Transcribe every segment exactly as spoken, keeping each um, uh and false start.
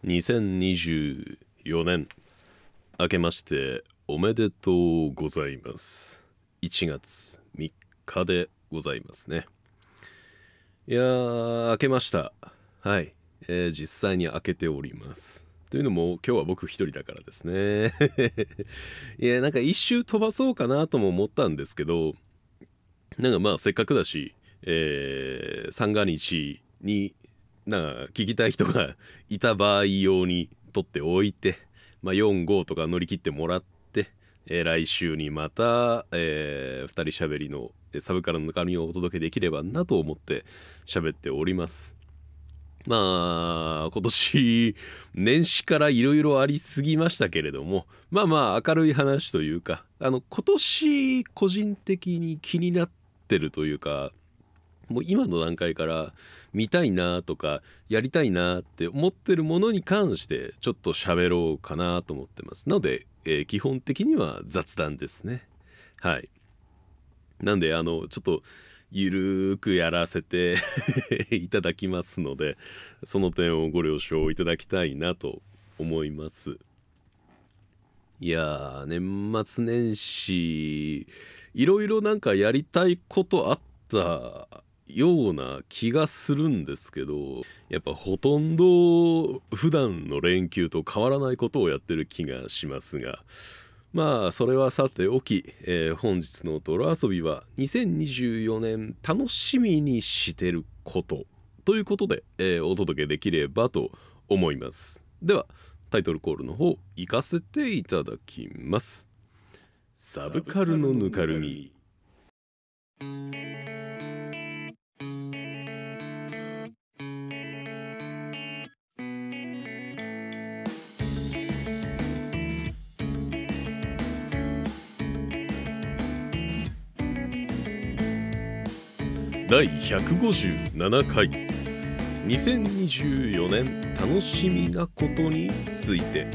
にせんにじゅうよねん明けましておめでとうございます。いちがつみっかでございますね。いやー明けました。はい、えー、実際に明けております。というのも今日は僕一人だからですねいやなんか一周飛ばそうかなとも思ったんですけど、なんかまあせっかくだし、えー、三が日になんか聞きたい人がいた場合用に取っておいて、まあ、よん、ごとか乗り切ってもらって、えー、来週にまた、えー、ふたりしゃべりのサブカルの中身をお届けできればなと思って喋っております。まあ今年年始からいろいろありすぎましたけれども、まあまあ明るい話というか、あの今年個人的に気になってるというか、もう今の段階から見たいなとかやりたいなって思ってるものに関してちょっと喋ろうかなと思ってますので、えー基本的には雑談ですね。はい。なんであのちょっとゆるーくやらせていただきますので、その点をご了承いただきたいなと思います。いやー年末年始いろいろなんかやりたいことあったような気がするんですけど、やっぱほとんど普段の連休と変わらないことをやってる気がしますが、まあそれはさておき、えー本日の泥遊びはにせんにじゅうよねん楽しみにしてることということで、えーお届けできればと思います。ではタイトルコールの方行かせていただきます。サブカルのぬかるみ。だいひゃくごじゅうななかいにせんにじゅうよねん楽しみなことについて。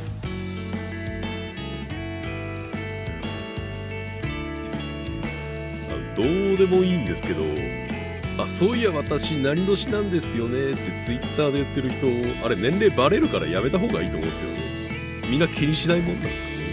あどうでもいいんですけど、あそういや私何年なんですよねってツイッターで言ってる人、あれ年齢バレるからやめた方がいいと思うんですけどね。みんな気にしないもんなんですかね。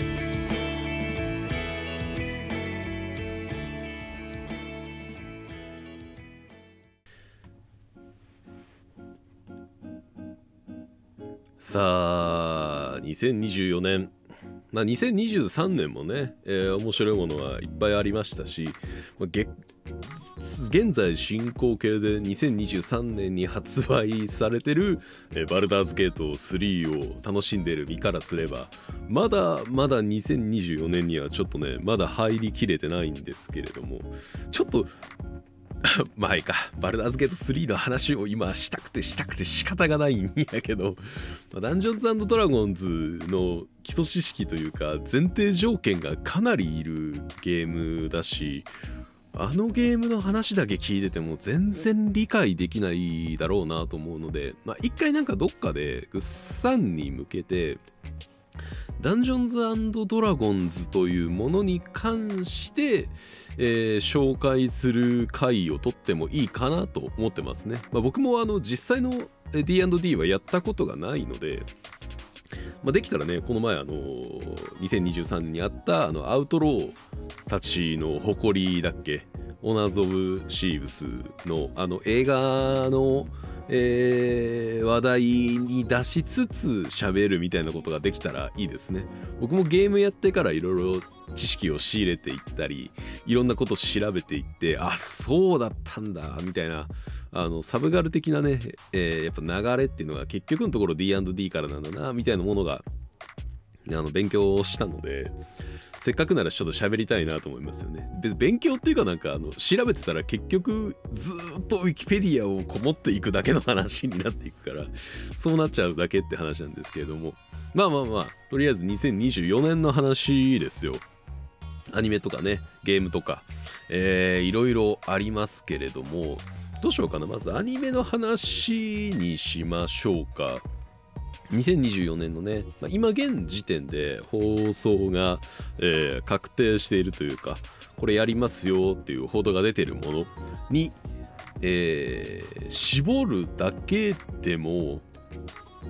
さあにせんにじゅうよねん、まあ、にせんにじゅうさんねんもね、えー面白いものはいっぱいありましたし、まあ、げ現在進行形でにせんにじゅうさんねんに発売されてる、えーバルダーズゲートスリーを楽しんでる身からすれば、まだまだにせんにじゅうよねんにはちょっとねまだ入りきれてないんですけれども、ちょっとまあいいか、バルダーズゲートスリーの話を今したくてしたくて仕方がないんやけど、まあダンジョンズ&ドラゴンズの基礎知識というか前提条件がかなりいるゲームだし、あのゲームの話だけ聞いてても全然理解できないだろうなと思うので、まあ一回なんかどっかでグッサンに向けてダンジョンズ&ドラゴンズというものに関して、えー紹介する回をとってもいいかなと思ってますね。まあ、僕もあの実際のえー ディーアンドディー はやったことがないので、まあ、できたらねこの前あのにせんにじゅうさんねんにあったあのアウトローたちの誇りだっけ、オナーズ・オブ・シーブスのあの映画の、えー話題に出しつつ喋るみたいなことができたらいいですね。僕もゲームやってからいろいろ知識を仕入れていったり、いろんなこと調べていって、あそうだったんだみたいな、あのサブガル的なね、えーやっぱ流れっていうのが結局のところ ディーアンドディー からなんだなみたいなものがあの勉強したので、せっかくならちょっと喋りたいなと思いますよね。別に勉強っていうかなんかあの調べてたら結局ずーっとウィキペディアをこもっていくだけの話になっていくから、そうなっちゃうだけって話なんですけれども、まあまあまあとりあえずにせんにじゅうよねんの話ですよ。アニメとかねゲームとか、えーいろいろありますけれども、どうしようかな。まずアニメの話にしましょうか。にせんにじゅうよねんのね、まあ、今現時点で放送が、えー確定しているというか、これやりますよっていう報道が出ているものに、えー絞るだけでも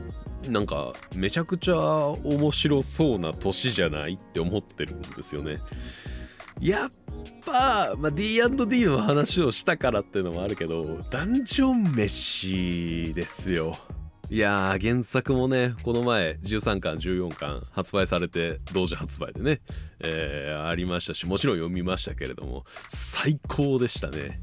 なんかめちゃくちゃ面白そうな年じゃないって思ってるんですよね。やっぱ、まあ、ディーアンドディー の話をしたからっていうのもあるけど、ダンジョン飯ですよ。いやー、原作もね、この前じゅうさんかんじゅうよんかん発売されて同時発売でね、えー、ありましたし、もちろん読みましたけれども最高でしたね。いやー、や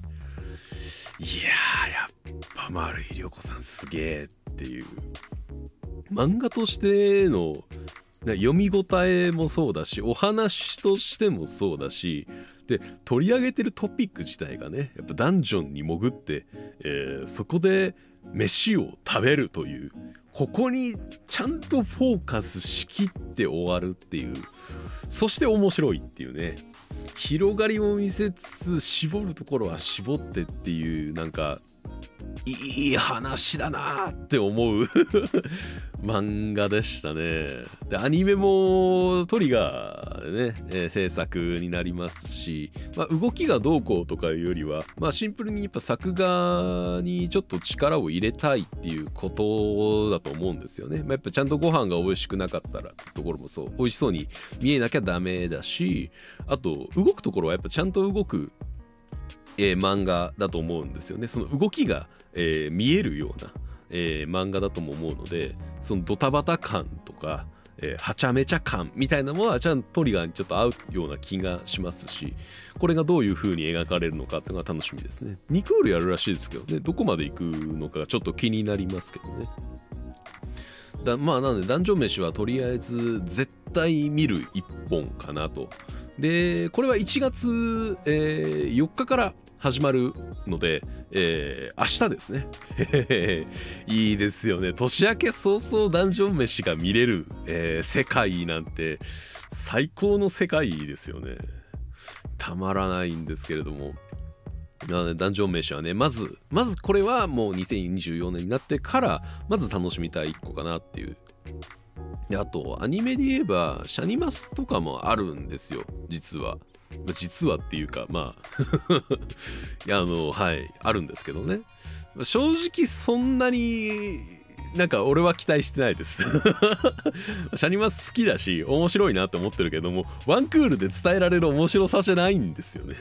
っぱ丸井涼子さんすげえっていう、漫画としての読み応えもそうだし、お話としてもそうだし、で取り上げてるトピック自体がね、やっぱダンジョンに潜って、えー、そこで飯を食べるという、ここにちゃんとフォーカスしきって終わるっていう、そして面白いっていうね、広がりを見せつつ絞るところは絞ってっていう、なんかいい話だなって思う漫画でしたね。でアニメもトリガーでね、えー、制作になりますし、まあ、動きがどうこうとかいうよりは、まあ、シンプルにやっぱ作画にちょっと力を入れたいっていうことだと思うんですよね。まあ、やっぱちゃんとご飯が美味しくなかったらところもそう、美味しそうに見えなきゃダメだし、あと動くところはやっぱちゃんと動くえー、漫画だと思うんですよね。その動きが、えー、見えるような、えー、漫画だとも思うので、そのドタバタ感とか、えー、はちゃめちゃ感みたいなものはちゃんとトリガーにちょっと合うような気がしますし、これがどういう風に描かれるのかっていうのが楽しみですね。にクールやるらしいですけどね、どこまで行くのかちょっと気になりますけどね。だまあなのでダンジョン飯はとりあえず絶対見る一本かなと。でこれはいちがつ、えー、よっかから始まるので、えー、明日ですねいいですよね。年明け早々ダンジョン飯が見れる、えー、世界なんて最高の世界ですよね。たまらないんですけれども、なのでダンジョン飯はね、まずまずこれはもうにせんにじゅうよねんになってからまず楽しみたいいっこかなっていう。であとアニメで言えばシャニマスとかもあるんですよ、実は。実はっていうか、まあいやあのはいあるんですけどね、正直そんなになんか俺は期待してないですシャニマス好きだし面白いなって思ってるけども、ワンクールで伝えられる面白さじゃないんですよね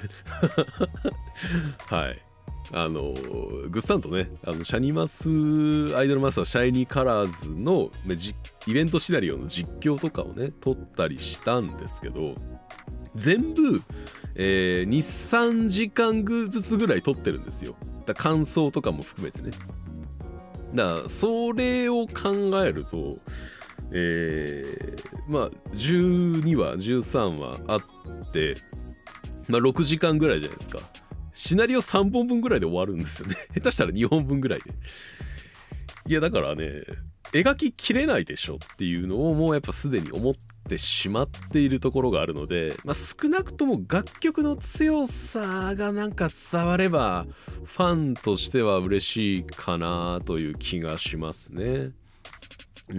はい、あのグッサンとね、あのシャニマスアイドルマスターシャイニーカラーズのイベントシナリオの実況とかをね撮ったりしたんですけど、全部、えー、にさんじかんずつぐらい撮ってるんですよ。だから感想とかも含めてね。だからそれを考えると、えー、まあじゅうにわじゅうさんわあって、まあ、ろくじかんぐらいじゃないですか。シナリオさんぼんぶんぐらいで終わるんですよね下手したらにほんぶんぐらいで。いやだからね、描ききれないでしょっていうのをもうやっぱすでに思ってしまっているところがあるので、まあ、少なくとも楽曲の強さがなんか伝わればファンとしては嬉しいかなという気がしますね。うん、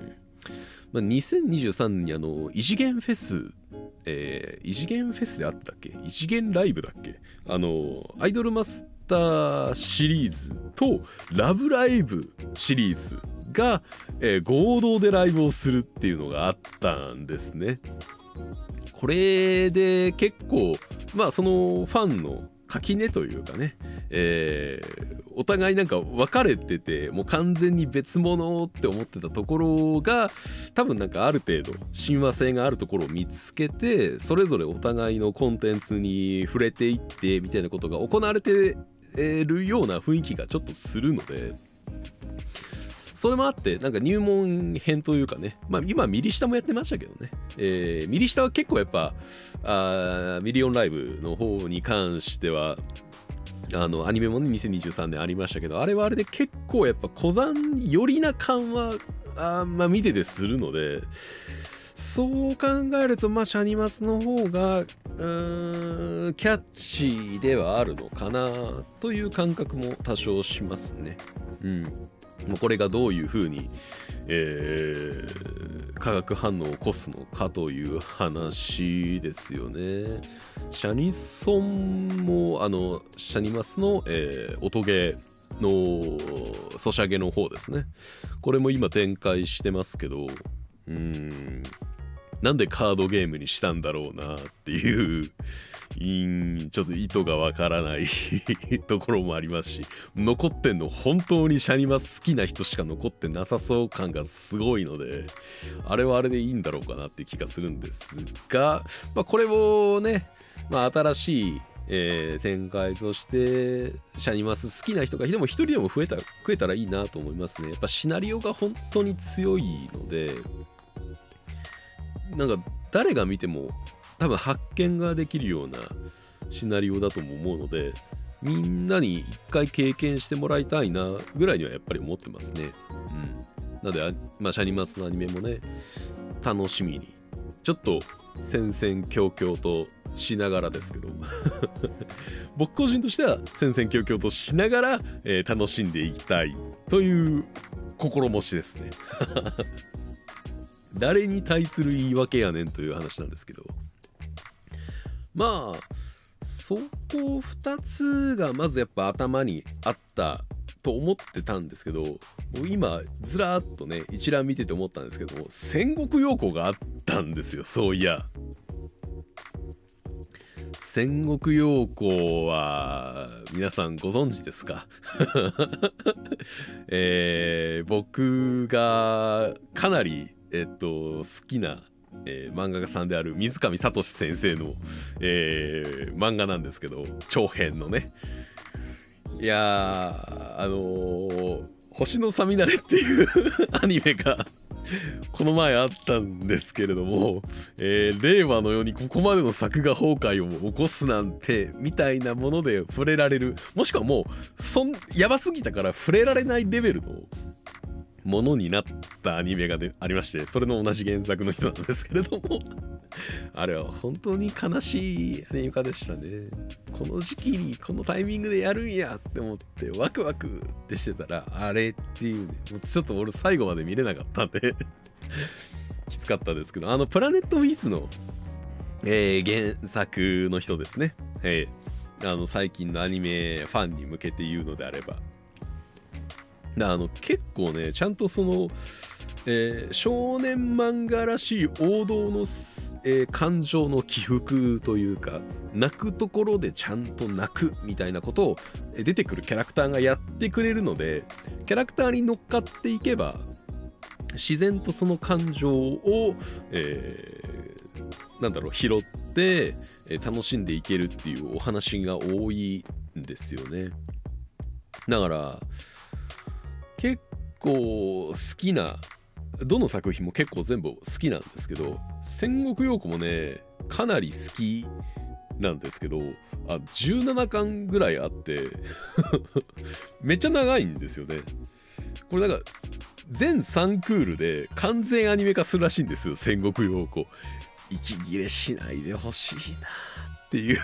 まあ、にせんにじゅうさんねんにあの異次元フェス、えー、異次元フェスであったっけ、異次元ライブだっけ、あのアイドルマスターシリーズとラブライブシリーズが、えー、合同でライブをするっていうのがあったんですね。これで結構まあそのファンの垣根というかね、えー、お互いなんか分かれててもう完全に別物って思ってたところが多分なんかある程度親和性があるところを見つけて、それぞれお互いのコンテンツに触れていってみたいなことが行われてるような雰囲気がちょっとするので、それもあってなんか入門編というかね、まあ今ミリシタもやってましたけどね、えー、ミリシタは結構やっぱあミリオンライブの方に関してはあのアニメもねにせんにじゅうさんねんありましたけど、あれはあれで結構やっぱ小山寄りな感はあ、まあ、見ててするので、そう考えるとまあシャニマスの方がうーんキャッチーではあるのかなという感覚も多少しますね。うん、もうこれがどういう風に、えー、化学反応を起こすのかという話ですよね。シャニソンもあのシャニマスの、えー、音ゲーのソシャゲの方ですね。これも今展開してますけど、うーんなんでカードゲームにしたんだろうなっていうちょっと意図がわからないところもありますし、残ってんの本当にシャニマス好きな人しか残ってなさそう感がすごいので、あれはあれでいいんだろうかなっていう気がするんですが、まあ、これをね、まあ、新しい、えー、展開としてシャニマス好きな人がでも一人でも増えた、増えたらいいなと思いますね。やっぱシナリオが本当に強いので、なんか誰が見ても多分発見ができるようなシナリオだとも思うので、みんなに一回経験してもらいたいなぐらいにはやっぱり思ってますね。うん。なので、まあ、シャニマスのアニメもね、楽しみに。ちょっと戦々恐々としながらですけど、僕個人としては戦々恐々としながら、えー、楽しんでいきたいという心持ちですね。誰に対する言い訳やねんという話なんですけど、まあそこふたつがまずやっぱ頭にあったと思ってたんですけど、もう今ずらーっとね一覧見てて思ったんですけども、戦国陽光があったんですよ。そういや戦国陽光は皆さんご存知ですか？えー、僕がかなりえっと好きな、えー、漫画家さんである水上聡先生の、えー、漫画なんですけど、長編のね、いやーあのー、星のさみだれっていうアニメがこの前あったんですけれども、えー、令和のようにここまでの作画崩壊を起こすなんてみたいなもので触れられる、もしくはもうそんやばすぎたから触れられないレベルのものになったアニメがでありまして、それの同じ原作の人なんですけれどもあれは本当に悲しいアニメ化でしたね。この時期にこのタイミングでやるんやって思ってワクワクってしてたらあれっていうね、もうちょっと俺最後まで見れなかったんできつかったですけど、あのプラネットウィズの、えー、原作の人ですね、えー、あの最近のアニメファンに向けて言うのであれば、あの結構ねちゃんとその、えー、少年漫画らしい王道の、えー、感情の起伏というか、泣くところでちゃんと泣くみたいなことを出てくるキャラクターがやってくれるので、キャラクターに乗っかっていけば自然とその感情を、えー、なんだろう拾って、えー、楽しんでいけるっていうお話が多いんですよね。だから結構好きな、どの作品も結構全部好きなんですけど、戦国陽子もねかなり好きなんですけど、あじゅうななかんぐらいあってめっちゃ長いんですよね。これなんか全さんクールで完全アニメ化するらしいんですよ、戦国陽子。息切れしないでほしいなっていう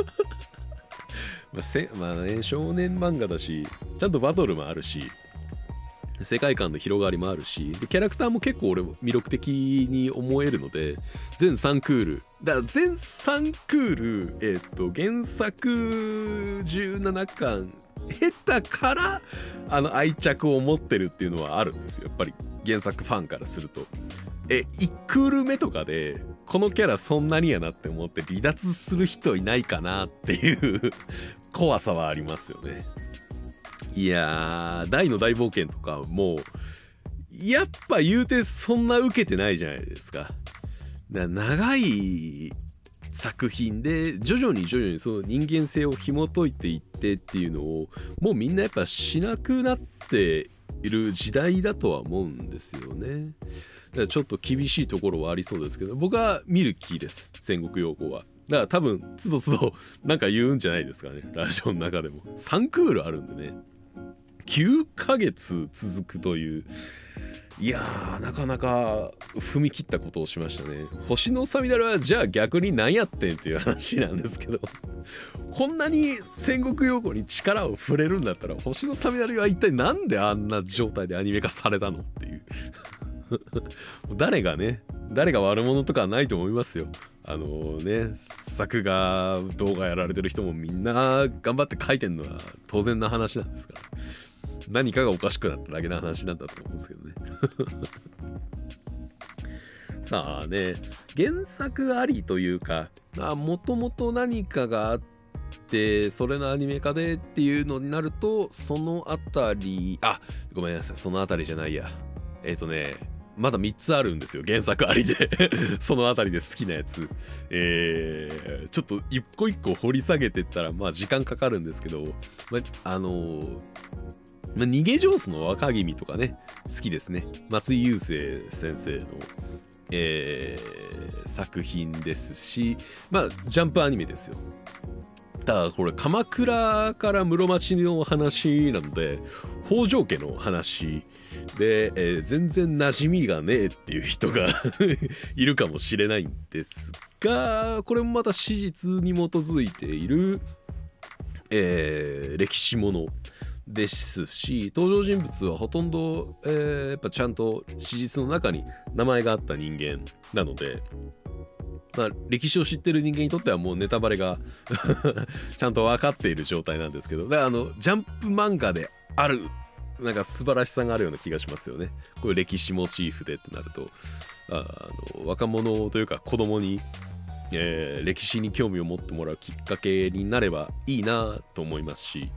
まあせまあね、少年漫画だしちゃんとバトルもあるし世界観の広がりもあるし、でキャラクターも結構俺魅力的に思えるので、全さんクールだから全さんクール、えっと原作じゅうななかん下手からあの愛着を持ってるっていうのはあるんですよ、やっぱり原作ファンからすると。えいちクール目とかでこのキャラそんなにやなって思って離脱する人いないかなっていう怖さはありますよね。いやー大の大冒険とかもうやっぱ言うてそんな受けてないじゃないですか。だから長い作品で徐々に徐々にその人間性を紐解いていってっていうのをもうみんなやっぱしなくなっている時代だとは思うんですよね。だからちょっと厳しいところはありそうですけど、僕は見る気です、戦国陽子は。だから多分つどつどなんか言うんじゃないですかね、ラジオの中でも。さんクールあるんでね、きゅうかげつ続くという、いやーなかなか踏み切ったことをしましたね。星のさみだれはじゃあ逆に何やってんっていう話なんですけどこんなに戦国陽子に力を触れるんだったら星のさみだれは一体なんであんな状態でアニメ化されたのっていう誰がね誰が悪者とかはないと思いますよ。 あのね、作画動画やられてる人もみんな頑張って描いてるのは当然な話なんですから、何かがおかしくなっただけの話なんだと思うんですけどね。さあね、原作ありというか、もともと何かがあってそれのアニメ化でっていうのになると、そのあたり、あ、ごめんなさい、そのあたりじゃないや、えっ、ー、とねまだみっつあるんですよ、原作ありで。そのあたりで好きなやつ、えー、ちょっと一個一個掘り下げてったらまあ時間かかるんですけど、まあのーまあ、逃げ上手の若君とかね、好きですね。松井優生先生の、えー、作品ですし、まあジャンプアニメですよ。だからこれ鎌倉から室町の話なので、北条家の話で、えー、全然馴染みがねえっていう人がいるかもしれないんですが、これもまた史実に基づいている、えー、歴史ものですし、登場人物はほとんど、えー、やっぱちゃんと史実の中に名前があった人間なので、まあ、歴史を知ってる人間にとってはもうネタバレがちゃんと分かっている状態なんですけど、だからあのジャンプ漫画であるなんか素晴らしさがあるような気がしますよね。こういう歴史モチーフでってなると、ああの若者というか子供に、えー、歴史に興味を持ってもらうきっかけになればいいなと思いますし、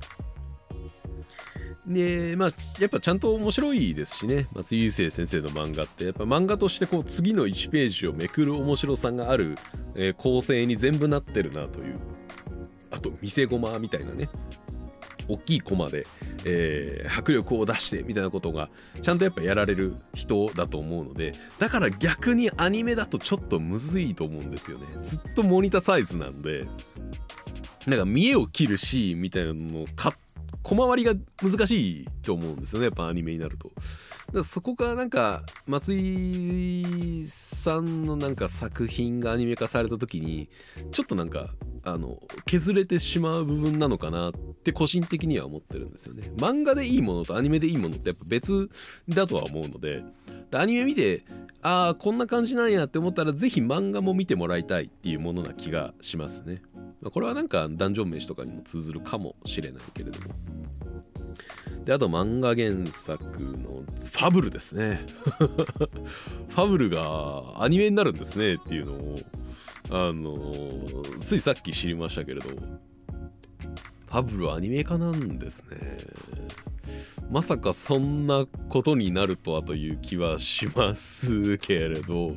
でまあやっぱちゃんと面白いですしね、松井優生先生の漫画ってやっぱ漫画としてこう次のいちページをめくる面白さがある、えー、構成に全部なってるなという、あと見せ駒みたいなね、大きいコマで、えー、迫力を出してみたいなことがちゃんとやっぱやられる人だと思うので、だから逆にアニメだとちょっとむずいと思うんですよね。ずっとモニターサイズなんで、なんか見栄を切るシーンみたいなのをカッ小回りが難しいと思うんですよね、やっぱアニメになると。だからそこがなんか松井さんのなんか作品がアニメ化された時にちょっとなんかあの削れてしまう部分なのかなって個人的には思ってるんですよね。漫画でいいものとアニメでいいものってやっぱ別だとは思うので、でアニメ見てああこんな感じなんやって思ったらぜひ漫画も見てもらいたいっていうものな気がしますね。これはなんかダンジョン飯とかにも通ずるかもしれないけれども。であと漫画原作のファブルですね。ファブルがアニメになるんですねっていうのをあのついさっき知りましたけれど、ファブルアニメ化なんですね。まさかそんなことになるとはという気はしますけれど、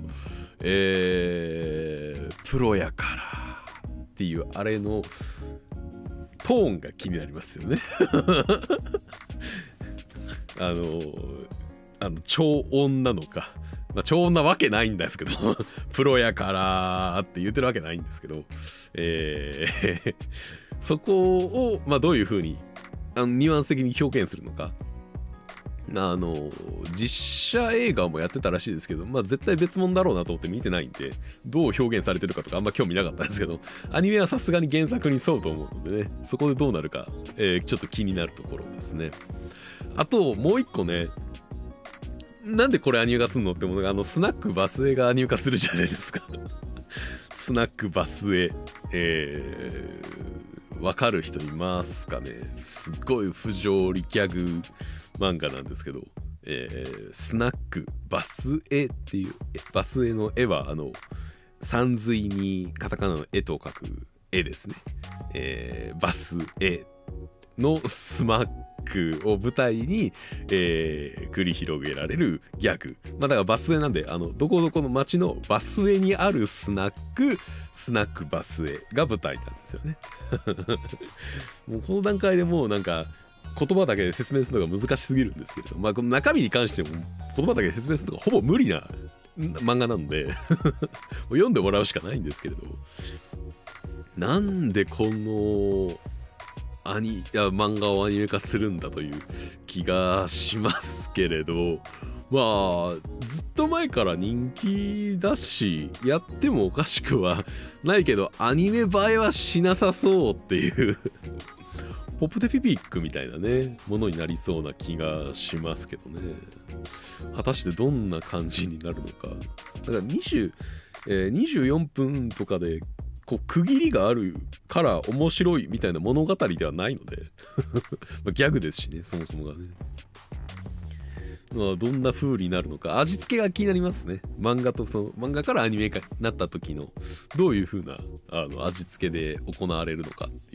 えー、プロやからっていうあれのトーンが気になりますよね。あのあの超音なのか、まあ、超音なわけないんですけどプロやからって言ってるわけないんですけど、えー、そこを、まあ、どういう風にあのニュアンス的に表現するのか、あの実写映画もやってたらしいですけど、まあ、絶対別物だろうなと思って見てないんでどう表現されてるかとかあんま興味なかったんですけど、アニメはさすがに原作に沿うと思うのでね、そこでどうなるか、えー、ちょっと気になるところですね。あともう一個ね、なんでこれアニメ化すんのってものが、あのスナックバスエがアニメ化するじゃないですか。スナックバスエ、えー、わかる人いますかね。すっごい不条理ギャグ漫画なんですけど、えー、スナックバスエっていう、バスエの絵はあの山水にカタカナの絵と書く絵ですね。えー、バスエのスマックを舞台に、えー、繰り広げられるギャグ、まあ、だからバスエなんで、あのどこどこの町のバスエにあるスナックスナックバスエが舞台なんですよね。もうこの段階でもうなんか言葉だけで説明するのが難しすぎるんですけど、まあこの中身に関しても言葉だけで説明するのがほぼ無理な漫画なんで読んでもらうしかないんですけれど、なんでこのアニいや漫画をアニメ化するんだという気がしますけれど、まあずっと前から人気だしやってもおかしくはないけど、アニメ映えはしなさそうっていうポップテピピックみたいなねものになりそうな気がしますけどね。果たしてどんな感じになるのか。だからにじゅうえー、にじゅうよんぷんとかでこう区切りがあるから面白いみたいな物語ではないのでまあギャグですしね、そもそもがね。まあ、どんな風になるのか、味付けが気になりますね。漫画とその漫画からアニメ化になった時のどういう風なあの味付けで行われるのかって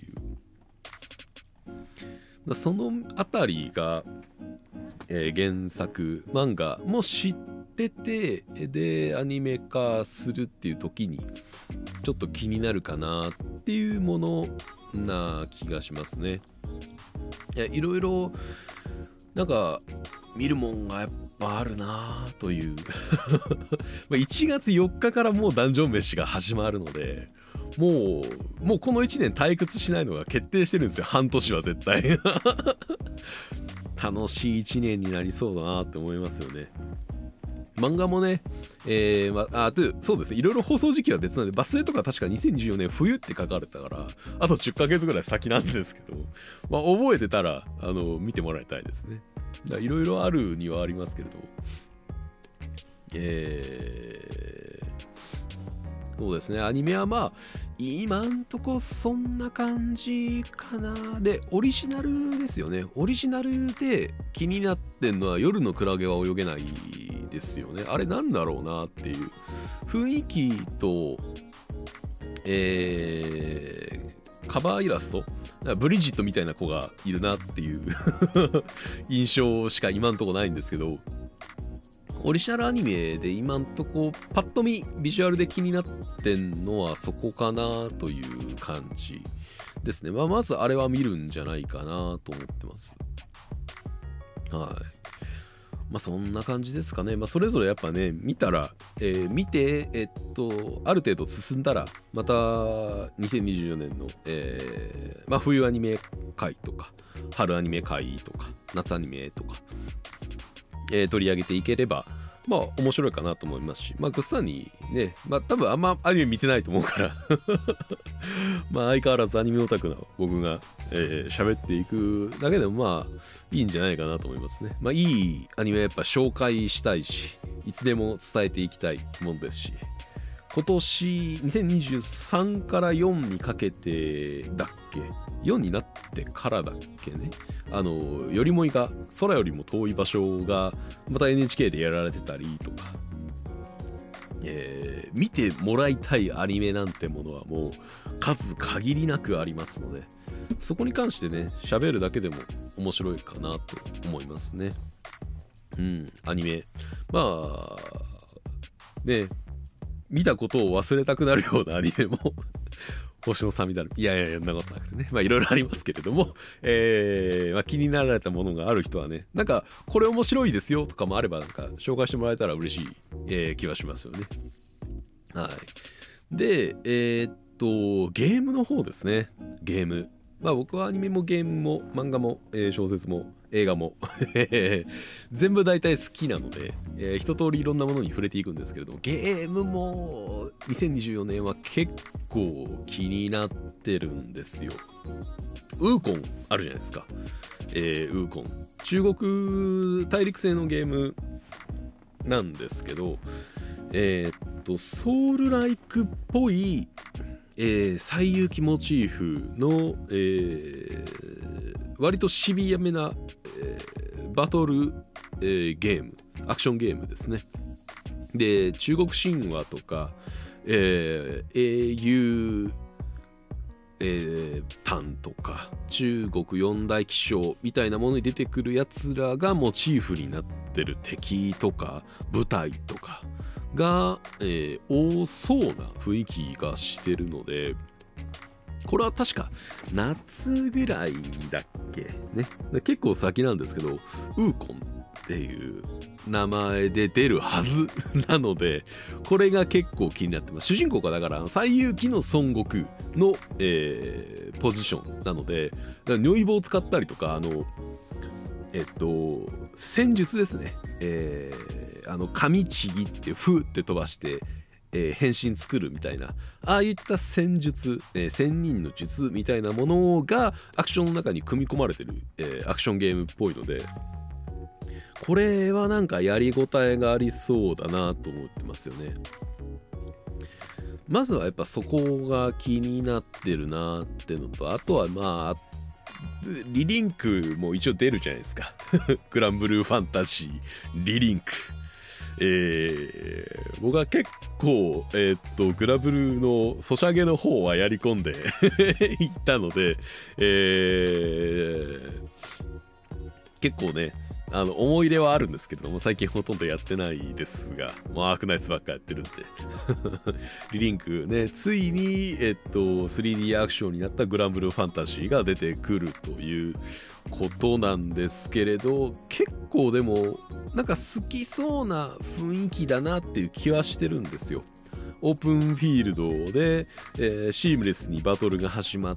いう、そのあたりが、えー、原作漫画も知ってて、でアニメ化するっていう時にちょっと気になるかなっていうものな気がしますね。いや、いろいろなんか見るもんがやっぱあるなといういちがつよっかからもうダンジョン飯が始まるので、もうもうこのいちねん退屈しないのが決定してるんですよ。半年は絶対楽しいいちねんになりそうだなって思いますよね。漫画もね、えーまあ、でそうですね、いろいろ放送時期は別なんで、バスエとか確かにせんにじゅうよねん冬って書かれてたから、あとじゅっかげつぐらい先なんですけど、まあ、覚えてたらあの見てもらいたいですね。いろいろあるにはありますけれど、えー、そうですね、アニメはまあ今んとこそんな感じかな。でオリジナルですよね。オリジナルで気になってんのは夜のクラゲは泳げないですよね。あれなんだろうなっていう雰囲気と、えー、カバーイラスト、ブリジットみたいな子がいるなっていう印象しか今んとこないんですけど、オリジナルアニメで今んとこパッと見ビジュアルで気になってんのはそこかなという感じですね。まあ、まずあれは見るんじゃないかなと思ってます。はい。まあそんな感じですかね。まあそれぞれやっぱね、見たら、えー、見て、えっと、ある程度進んだら、またにせんにじゅうよねんの、えー、まあ冬アニメ会とか、春アニメ会とか、夏アニメとか、えー、取り上げていければ、まあ面白いかなと思いますし、まあぐっさんにね、まあ多分あんまアニメ見てないと思うからまあ相変わらずアニメオタクの僕がえー、喋っていくだけでもまあいいんじゃないかなと思いますね。まあいいアニメはやっぱ紹介したいし、いつでも伝えていきたいもんですし、今年にせんにじゅうさんからよんにかけてだっけ、よんになってからだっけね、あのよりもいが空よりも遠い場所がまた エヌエイチケー でやられてたりとか、えー、見てもらいたいアニメなんてものはもう数限りなくありますので、そこに関してね喋るだけでも面白いかなと思いますね。うん、アニメまあね、見たことを忘れたくなるようなアニメも星のさみだる、いやいやいや、そんなことなくてね、まあいろいろありますけれども、えーまあ、気になられたものがある人はね、なんかこれ面白いですよとかもあれば、なんか紹介してもらえたら嬉しい、えー、気はしますよね。はい。で、えー、っとゲームの方ですね。ゲーム、まあ僕はアニメもゲームも漫画も、えー、小説も映画も全部大体好きなので、えー、一通りいろんなものに触れていくんですけれども、ゲームもにせんにじゅうよねんは結構気になってるんですよ。ウーコンあるじゃないですか。えー、ウーコン中国大陸製のゲームなんですけど、えー、っとソウルライクっぽいえー、西遊記モチーフの、えー、割とシビアめな、えー、バトル、えー、ゲーム、アクションゲームですね。で、中国神話とか、えー、英雄、えー、譚とか中国四大奇将みたいなものに出てくるやつらがモチーフになってる敵とか舞台とかが、えー、多そうな雰囲気がしてるので、これは確か夏ぐらいだっけね、結構先なんですけど、ウーコンっていう名前で出るはずなので、これが結構気になってます。主人公がだから西遊記の孫悟空の、えー、ポジションなので、如意棒を使ったりとか、あのえっと戦術ですね、えー、あの紙ちぎってフーって飛ばして、えー、変身作るみたいな、ああいった戦術、えー、仙人の術みたいなものがアクションの中に組み込まれてる、えー、アクションゲームっぽいので、これはなんかやりごたえがありそうだなと思ってますよね。 まずはやっぱそこが気になってるなってのと、あとはまあリリンクも一応出るじゃないですかグランブルーファンタジーリリンク、えー、僕は結構、えー、っとグラブルーのソシャゲの方はやり込んでいったので、えー、結構ねあの思い入れはあるんですけれども、最近ほとんどやってないですが、もうアークナイツばっかやってるんでリリンクね、ついに、えっと、スリーディー アクションになったグランブルーファンタジーが出てくるということなんですけれど、結構でもなんか好きそうな雰囲気だなっていう気はしてるんですよ。オープンフィールドで、えー、シームレスにバトルが始まって、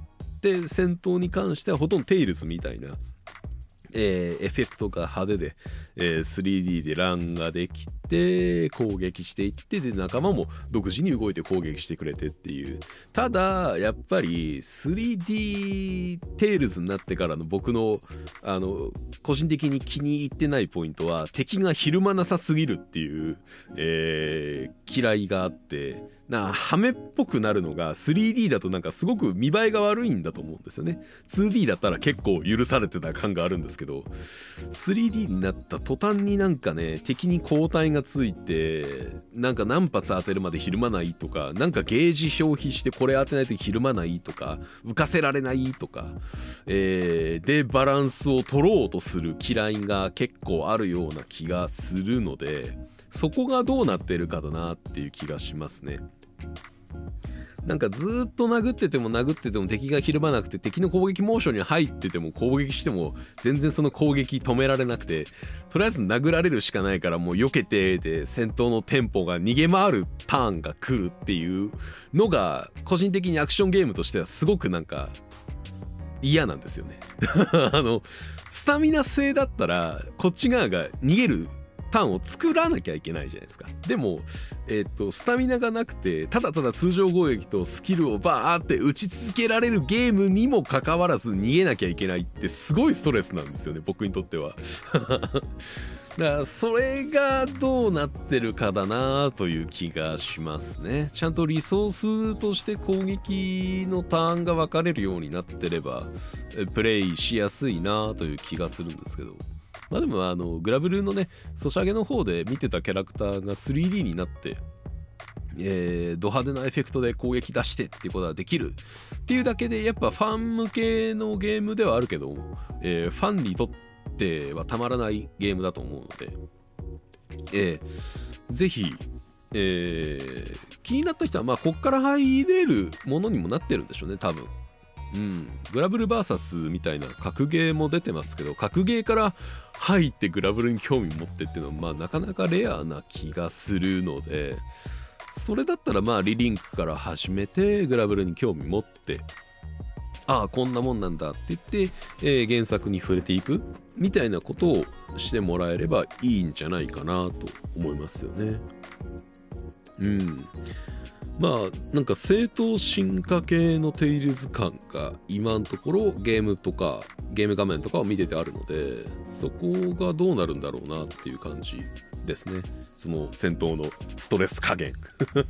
戦闘に関してはほとんどテイルズみたいなえー、エフェクトが派手で、えー、スリーディー でランができて攻撃していって、で仲間も独自に動いて攻撃してくれてっていう。ただやっぱり スリーディー テイルズになってからの僕のあの個人的に気に入ってないポイントは、敵がひるまなさすぎるっていう、えー、嫌いがあって、なハメっぽくなるのが スリーディー だとなんかすごく見栄えが悪いんだと思うんですよね。 ツーディー だったら結構許されてた感があるんですけど、 スリーディー になった途端になんかね、敵に交代がついて、なんか何発当てるまでひるまないとか、なんかゲージ消費してこれ当てないとひるまないとか、浮かせられないとか、えー、でバランスを取ろうとする嫌いが結構あるような気がするので、そこがどうなってるかだなっていう気がしますね。なんかずっと殴ってても殴ってても敵がひるまなくて、敵の攻撃モーションに入ってても攻撃しても全然その攻撃止められなくて、とりあえず殴られるしかないからもう避けてで戦闘のテンポが逃げ回るターンが来るっていうのが個人的にアクションゲームとしてはすごくなんか嫌なんですよねあのスタミナ制だったらこっち側が逃げるターンを作らなきゃいけないじゃないですか。でも、えー、っとスタミナがなくてただただ通常攻撃とスキルをバーって打ち続けられるゲームにもかかわらず逃げなきゃいけないってすごいストレスなんですよね、僕にとってはだからそれがどうなってるかだなという気がしますね。ちゃんとリソースとして攻撃のターンが分かれるようになってればプレイしやすいなという気がするんですけど、まあでもあのグラブルーのねソシャゲの方で見てたキャラクターが スリーディー になって、えー、ド派手なエフェクトで攻撃出してっていうことができるっていうだけでやっぱファン向けのゲームではあるけど、えー、ファンにとってはたまらないゲームだと思うので、えー、ぜひ、えー、気になった人はまあこっから入れるものにもなってるんでしょうね多分。うん、グラブル ブイエス みたいな格ゲーも出てますけど、格ゲーから入ってグラブルに興味持ってっていうのはまあなかなかレアな気がするので、それだったらまあリリンクから始めてグラブルに興味持って、ああこんなもんなんだって言って、えー、原作に触れていくみたいなことをしてもらえればいいんじゃないかなと思いますよね。うん、まあなんか正当進化系のテイルズ感が今のところゲームとかゲーム画面とかを見ててあるので、そこがどうなるんだろうなっていう感じですね。その戦闘のストレス加減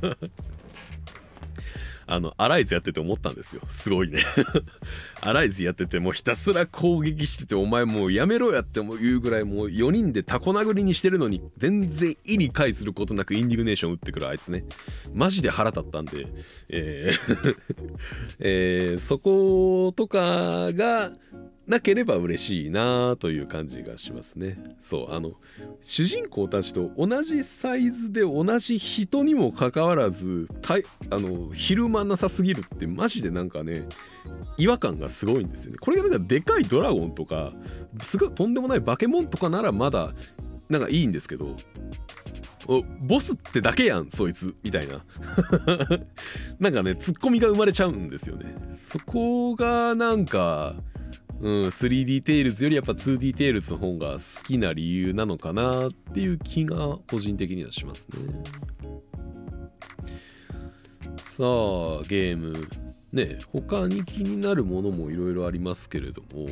あのアライズやってて思ったんですよ。すごいねアライズやっててもうひたすら攻撃してて、お前もうやめろやって言うぐらいもうよにんでタコ殴りにしてるのに全然意に介することなくインディグネーション打ってくるあいつね、マジで腹立ったんで、えーえー、そことかがなければ嬉しいなという感じがしますね。そうあの主人公たちと同じサイズで同じ人にもかかわらずたいあのひるまなさすぎるってマジでなんかね違和感がすごいんですよね。これがなんかでかいドラゴンとかすごいとんでもないバケモンとかならまだなんかいいんですけど、ボスってだけやんそいつみたいななんかねツッコミが生まれちゃうんですよね。そこがなんかうん、スリーディー テイルズよりやっぱ ツーディー テイルズの方が好きな理由なのかなっていう気が個人的にはしますね。さあゲームね、他に気になるものもいろいろありますけれども、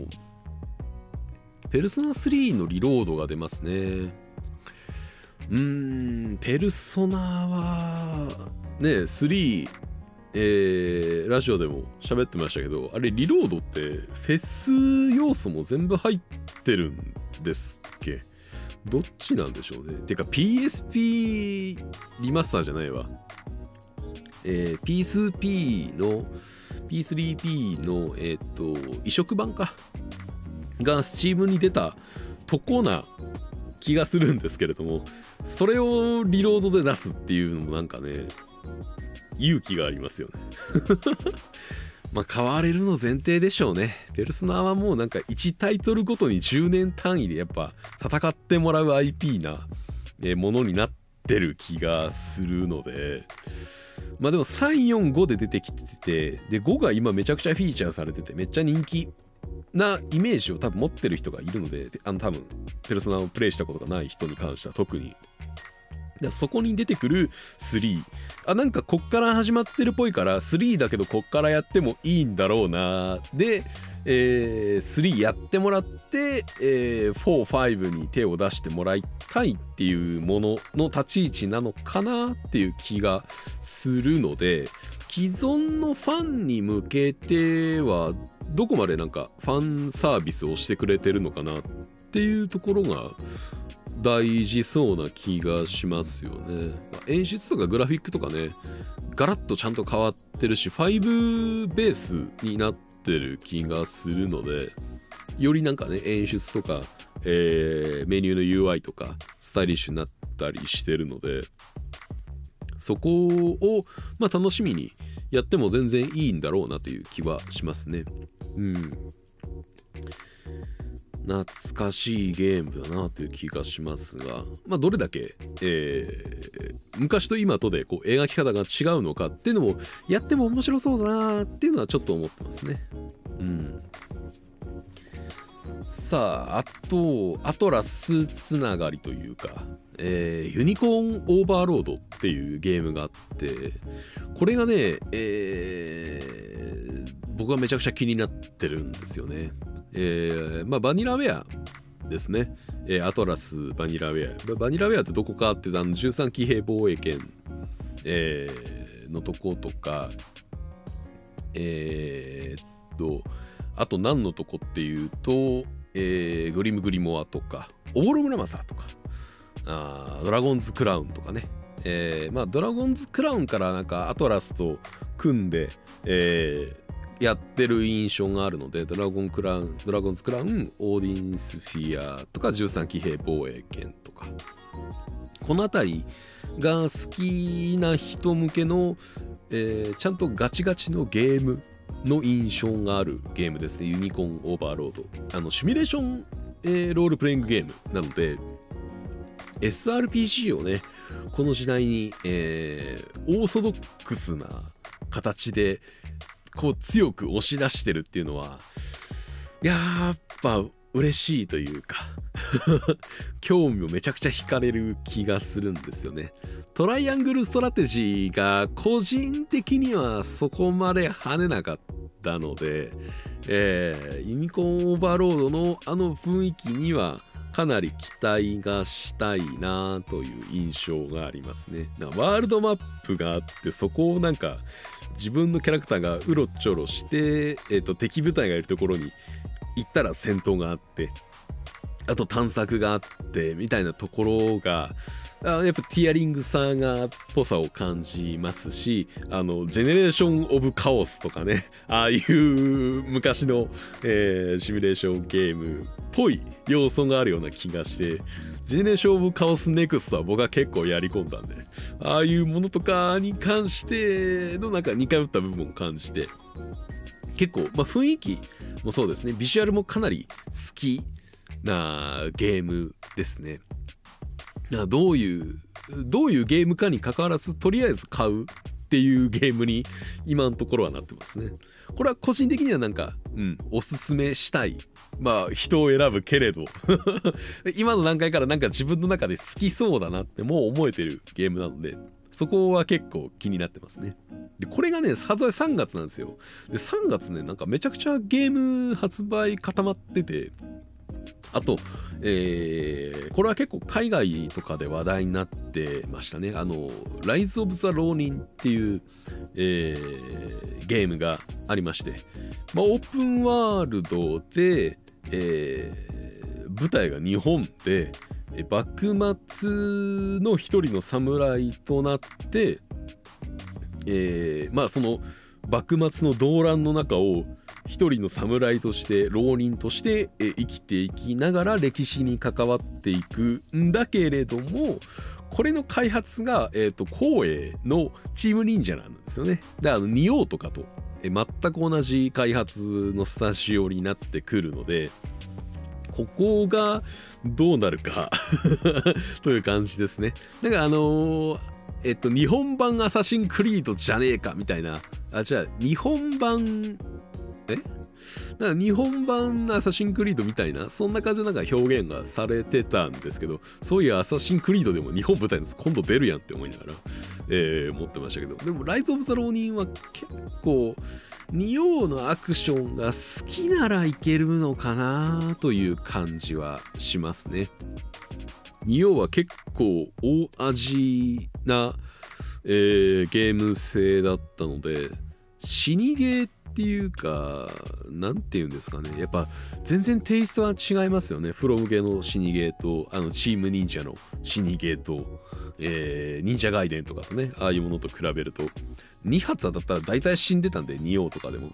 ペルソナスリーのリロードが出ますね。うーんん、ペルソナはねスリー、えー、ラジオでも喋ってましたけど、あれリロードってフェス要素も全部入ってるんですっけ？どっちなんでしょうね。てか ピーエスピー リマスターじゃないわ、えー、ピースピー の ピースリーピー のえっ、ー、と移植版かが Steam に出たとこな気がするんですけれども、それをリロードで出すっていうのもなんかね勇気がありますよねまあ買われるの前提でしょうね。ペルソナはもうなんかいちタイトルごとにじゅうねん単位でやっぱ戦ってもらう アイピー なものになってる気がするので、まあでもさん、よん、ごで出てきてて、でごが今めちゃくちゃフィーチャーされててめっちゃ人気なイメージを多分持ってる人がいるので、あの多分ペルソナをプレイしたことがない人に関しては特にでそこに出てくるスリー、あなんかこっから始まってるっぽいからスリーだけどこっからやってもいいんだろうなで、えー、スリーやってもらって、えー、フォー、ファイブに手を出してもらいたいっていうものの立ち位置なのかなっていう気がするので、既存のファンに向けてはどこまでなんかファンサービスをしてくれてるのかなっていうところが大事そうな気がしますよね。演出とかグラフィックとかねガラッとちゃんと変わってるしファイブベースになってる気がするので、よりなんかね演出とか、えー、メニューの ユーアイ とかスタイリッシュになったりしてるので、そこをまあ楽しみにやっても全然いいんだろうなという気はしますね。うん。懐かしいゲームだなという気がしますが、まあどれだけ、えー、昔と今とでこう描き方が違うのかっていうのもやっても面白そうだなっていうのはちょっと思ってますね。うん。さあ、あとアトラスつながりというか、えー、ユニコーンオーバーロードっていうゲームがあって、これがね、えー、僕はめちゃくちゃ気になってるんですよね。えー、まあバニラウェアですね、えー、アトラスバニラウェアバニラウェアってどこかっていうとあのじゅうさん騎兵防衛権、えー、のとことかえー、っとあと何のとこっていうと、えー、グリムグリモアとかオボロムラマサーとかあドラゴンズクラウンとかね、えー、まあドラゴンズクラウンからなんかアトラスと組んで、えーやってる印象があるので、ドラゴンクラウン、ドラゴンズクラウン、オーディンスフィアとかじゅうさん騎兵防衛権とか、このあたりが好きな人向けの、えー、ちゃんとガチガチのゲームの印象があるゲームですね。ユニコーンオーバーロード。あのシミュレーション、えー、ロールプレイングゲームなので、エスアールピージー をね、この時代に、えー、オーソドックスな形でこう強く押し出してるっていうのはやっぱ嬉しいというか興味をめちゃくちゃ惹かれる気がするんですよね。トライアングルストラテジーが個人的にはそこまで跳ねなかったので、えー、ユニコーンオーバーロードのあの雰囲気にはかなり期待がしたいなという印象がありますね。なんかワールドマップがあってそこをなんか自分のキャラクターがうろちょろして、えーと、敵部隊がいるところに行ったら戦闘があってあと探索があってみたいなところがあやっぱティアリングサーガーっぽさを感じますし、あのジェネレーション・オブ・カオスとかね、ああいう昔の、えー、シミュレーションゲームっぽい要素があるような気がして、ジェネレーション・オブ・カオス・ネクストは僕は結構やり込んだんで、ああいうものとかに関してのなんか似通った部分を感じて、結構、まあ、雰囲気もそうですね、ビジュアルもかなり好きなゲームですね。どういうどういうゲームかに関わらずとりあえず買うっていうゲームに今のところはなってますね。これは個人的にはなんか、うん、おすすめしたい、まあ人を選ぶけれど今の段階からなんか自分の中で好きそうだなってもう思えてるゲームなので、そこは結構気になってますね。でこれがね発売さんがつなんですよ。でさんがつねなんかめちゃくちゃゲーム発売固まってて、 あと、えー、これは結構海外とかで話題になってましたね。あの、Rise of the Ronin っていう、えー、ゲームがありまして、まあ、オープンワールドで、えー、舞台が日本で、幕末の一人の侍となって、えー、まあその幕末の動乱の中を一人の侍として浪人として生きていきながら歴史に関わっていくんだけれども、これの開発が、えーと、光栄のチーム忍者なんですよね。だから仁王とかと全く同じ開発のスタジオになってくるので、ここがどうなるかという感じですね。だからあのー、えっと日本版アサシンクリードじゃねえかみたいな、あ、じゃあ日本版えなんか日本版アサシンクリードみたいな、そんな感じのなんか表現がされてたんですけど、そういうアサシンクリードでも日本舞台の今度出るやんって思いながら、えー、思ってましたけど、でもライズ・オブ・ザ・ローニンは結構仁王のアクションが好きならいけるのかなという感じはしますね。仁王は結構大味な、えー、ゲーム性だったので、死にゲーっていうか、なんていうんですかね、やっぱ全然テイストは違いますよね。フロムゲーの死にゲーと、あのチーム忍者の死にゲーと、えー、忍者ガイデンとかとね、ああいうものと比べるとに発当たったら大体死んでたんで、仁王とかでも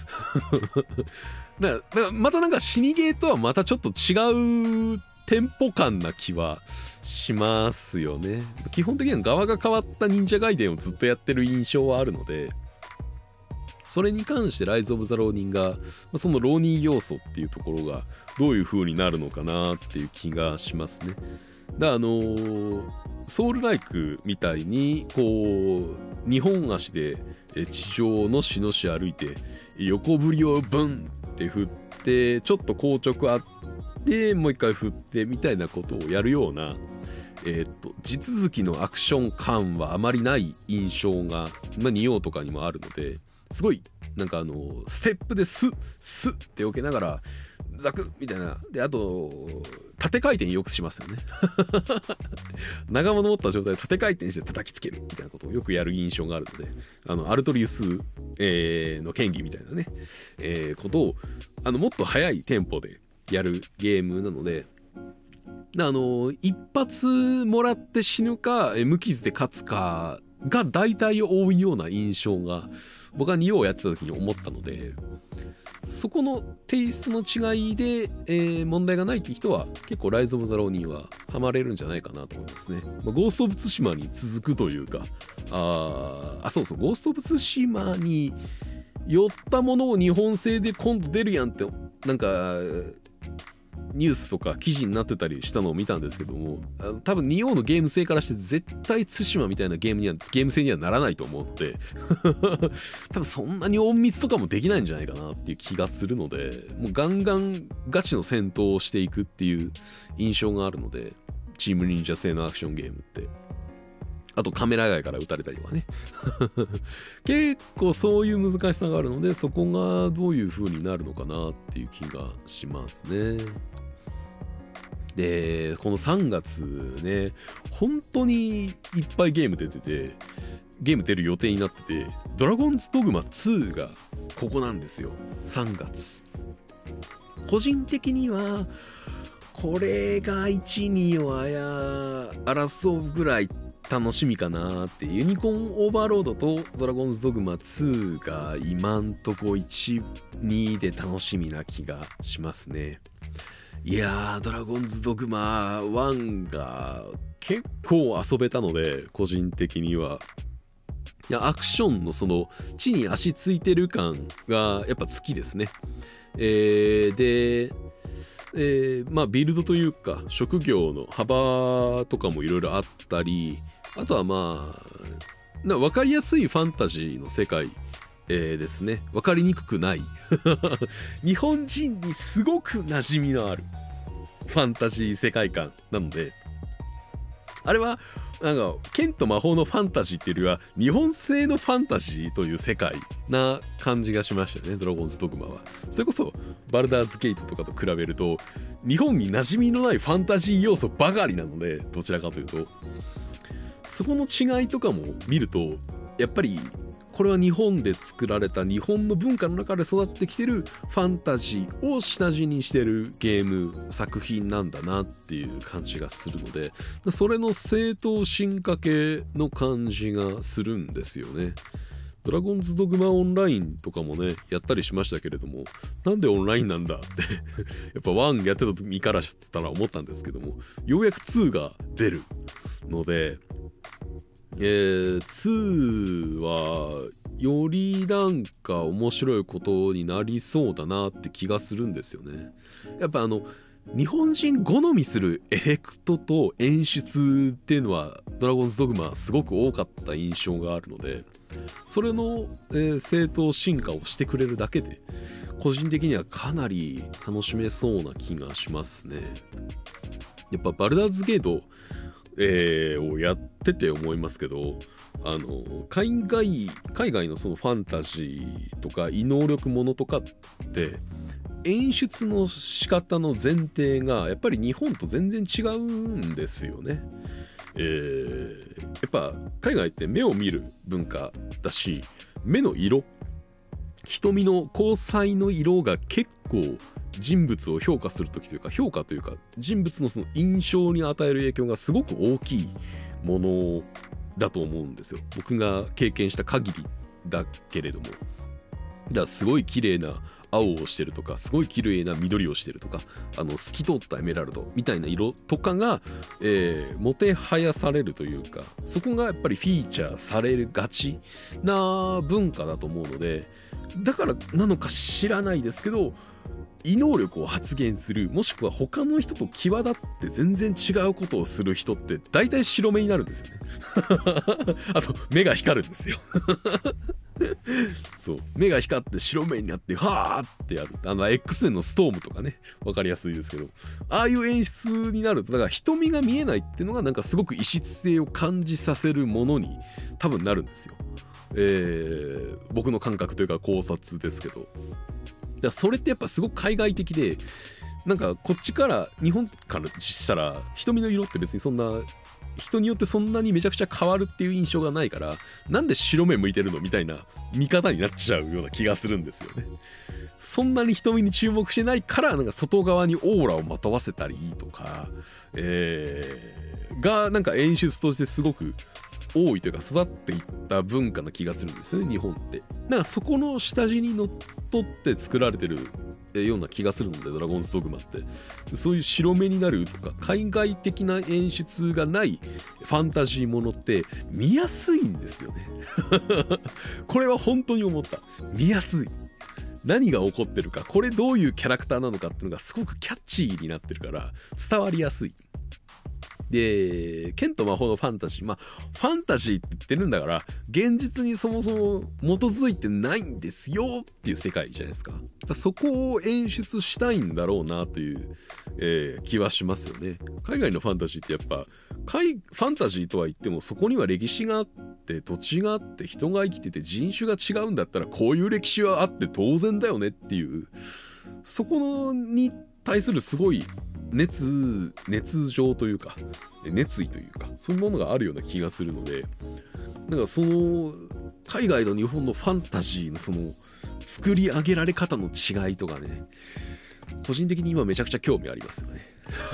だからだからまたなんか死にゲーとはまたちょっと違うテンポ感な気はしますよね。基本的には側が変わった忍者ガイデンをずっとやってる印象はあるので、それに関してライズ・オブ・ザ・ローニンがその浪人要素っていうところがどういう風になるのかなっていう気がしますね。だからあのー、ソウルライクみたいにこうにほん足で地上のしのし歩いて横振りをブンって振ってちょっと硬直あってもう一回振ってみたいなことをやるような、えー、っと地続きのアクション感はあまりない印象が、まあ、仁王とかにもあるので、すごいなんかあのステップでスッスッって避けながらザクッみたいなで、あと縦回転よくしますよね長物持った状態で縦回転して叩きつけるみたいなことをよくやる印象があるので、あのアルトリウス、えー、の剣技みたいなね、えー、ことをあのもっと速いテンポでやるゲームなので、あの一発もらって死ぬか無傷で勝つかが大体多いような印象が僕は仁王をやってた時に思ったので、そこのテイストの違いで、えー、問題がないという人は結構ライズ・オブ・ザ・ローニンはハマれるんじゃないかなと思いますね。まあ、ゴースト・オブ・ツシマに続くというか、ああそうそうゴースト・オブ・ツシマに寄ったものを日本製で今度出るやんってなんかニュースとか記事になってたりしたのを見たんですけども、多分仁王のゲーム性からして絶対対馬みたいなゲームにはゲーム性にはならないと思うので多分そんなに隠密とかもできないんじゃないかなっていう気がするので、もうガンガンガチの戦闘をしていくっていう印象があるので、チーム忍者製のアクションゲームって、あとカメラ外から撃たれたりとかね結構そういう難しさがあるので、そこがどういう風になるのかなっていう気がしますね。でこのさんがつね、本当にいっぱいゲーム出てて、ゲーム出る予定になってて、ドラゴンズドグマツーがここなんですよ、さんがつ。個人的にはこれがいち、にをあや争うぐらい楽しみかなって。ユニコーンオーバーロードとドラゴンズドグマツーが今んとこいち、にで楽しみな気がしますね。いやー、ドラゴンズドグマワンが結構遊べたので、個人的にはいやアクションのその地に足ついてる感がやっぱ好きですね。えー、でえー、まあビルドというか職業の幅とかもいろいろあったり、あとはまあな分かりやすいファンタジーの世界、えー、ですね。分かりにくくない日本人にすごく馴染みのあるファンタジー世界観なので、あれはなんか剣と魔法のファンタジーっていうよりは日本製のファンタジーという世界な感じがしましたね、ドラゴンズドグマは。それこそバルダーズゲートとかと比べると日本に馴染みのないファンタジー要素ばかりなので、どちらかというとそこの違いとかも見ると、やっぱりこれは日本で作られた日本の文化の中で育ってきてるファンタジーを下地にしてるゲーム作品なんだなっていう感じがするので、それの正当進化系の感じがするんですよね。ドラゴンズドグマオンラインとかもねやったりしましたけれども、なんでオンラインなんだってやっぱワンやってた時からしたら思ったんですけども、ようやくツーが出るので、えー、ツーはよりなんか面白いことになりそうだなって気がするんですよね。やっぱあの日本人好みするエフェクトと演出っていうのはドラゴンズドグマすごく多かった印象があるので、それの、えー、正当進化をしてくれるだけで個人的にはかなり楽しめそうな気がしますね。やっぱバルダーズゲート、えー、をやってて思いますけど、あの海外海外のそのファンタジーとか異能力ものとかって演出の仕方の前提がやっぱり日本と全然違うんですよね。えー、やっぱ海外って目を見る文化だし、目の色、瞳の光彩の色が結構人物を評価するときというか、評価というか人物のその印象に与える影響がすごく大きいものだと思うんですよ、僕が経験した限りだけれども。だからすごい綺麗な青をしてるとか、すごい綺麗な緑をしてるとか、あの透き通ったエメラルドみたいな色とかが、えー、もてはやされるというか、そこがやっぱりフィーチャーされるがちな文化だと思うので、だからなのか知らないですけど、異能力を発現する、もしくは他の人と際立って全然違うことをする人って大体白目になるんですよねあと目が光るんですよそう、目が光って白目になってはーってやる、あの X メンのストームとかね、分かりやすいですけど、ああいう演出になると、だから瞳が見えないっていうのがなんかすごく異質性を感じさせるものに多分なるんですよ、えー、僕の感覚というか考察ですけど。だからそれってやっぱすごく海外的で、なんかこっちから日本からしたら瞳の色って別にそんな人によってそんなにめちゃくちゃ変わるっていう印象がないから、なんで白目向いてるのみたいな見方になっちゃうような気がするんですよね。そんなに瞳に注目してないから、なんか外側にオーラをまとわせたりとか、えー、がなんか演出としてすごく多いというか育っていった文化な気がするんですよね、日本って。だからそこの下地にのっとって作られてるような気がするので、ドラゴンズドグマってそういう白目になるとか海外的な演出がないファンタジーものって見やすいんですよねこれは本当に思った。見やすい、何が起こってるか、これどういうキャラクターなのかっていうのがすごくキャッチーになってるから伝わりやすい。で、剣と魔法のファンタジー、まあファンタジーって言ってるんだから現実にそもそも基づいてないんですよっていう世界じゃないですか。だからそこを演出したいんだろうなという、えー、気はしますよね。海外のファンタジーってやっぱ海ファンタジーとは言ってもそこには歴史があって土地があって人が生きてて人種が違うんだったらこういう歴史はあって当然だよねっていう、そこに対するすごい熱熱情というか熱意というかそういうものがあるような気がするので、なんかその海外と日本のファンタジーのその作り上げられ方の違いとかね、個人的に今めちゃくちゃ興味ありますよね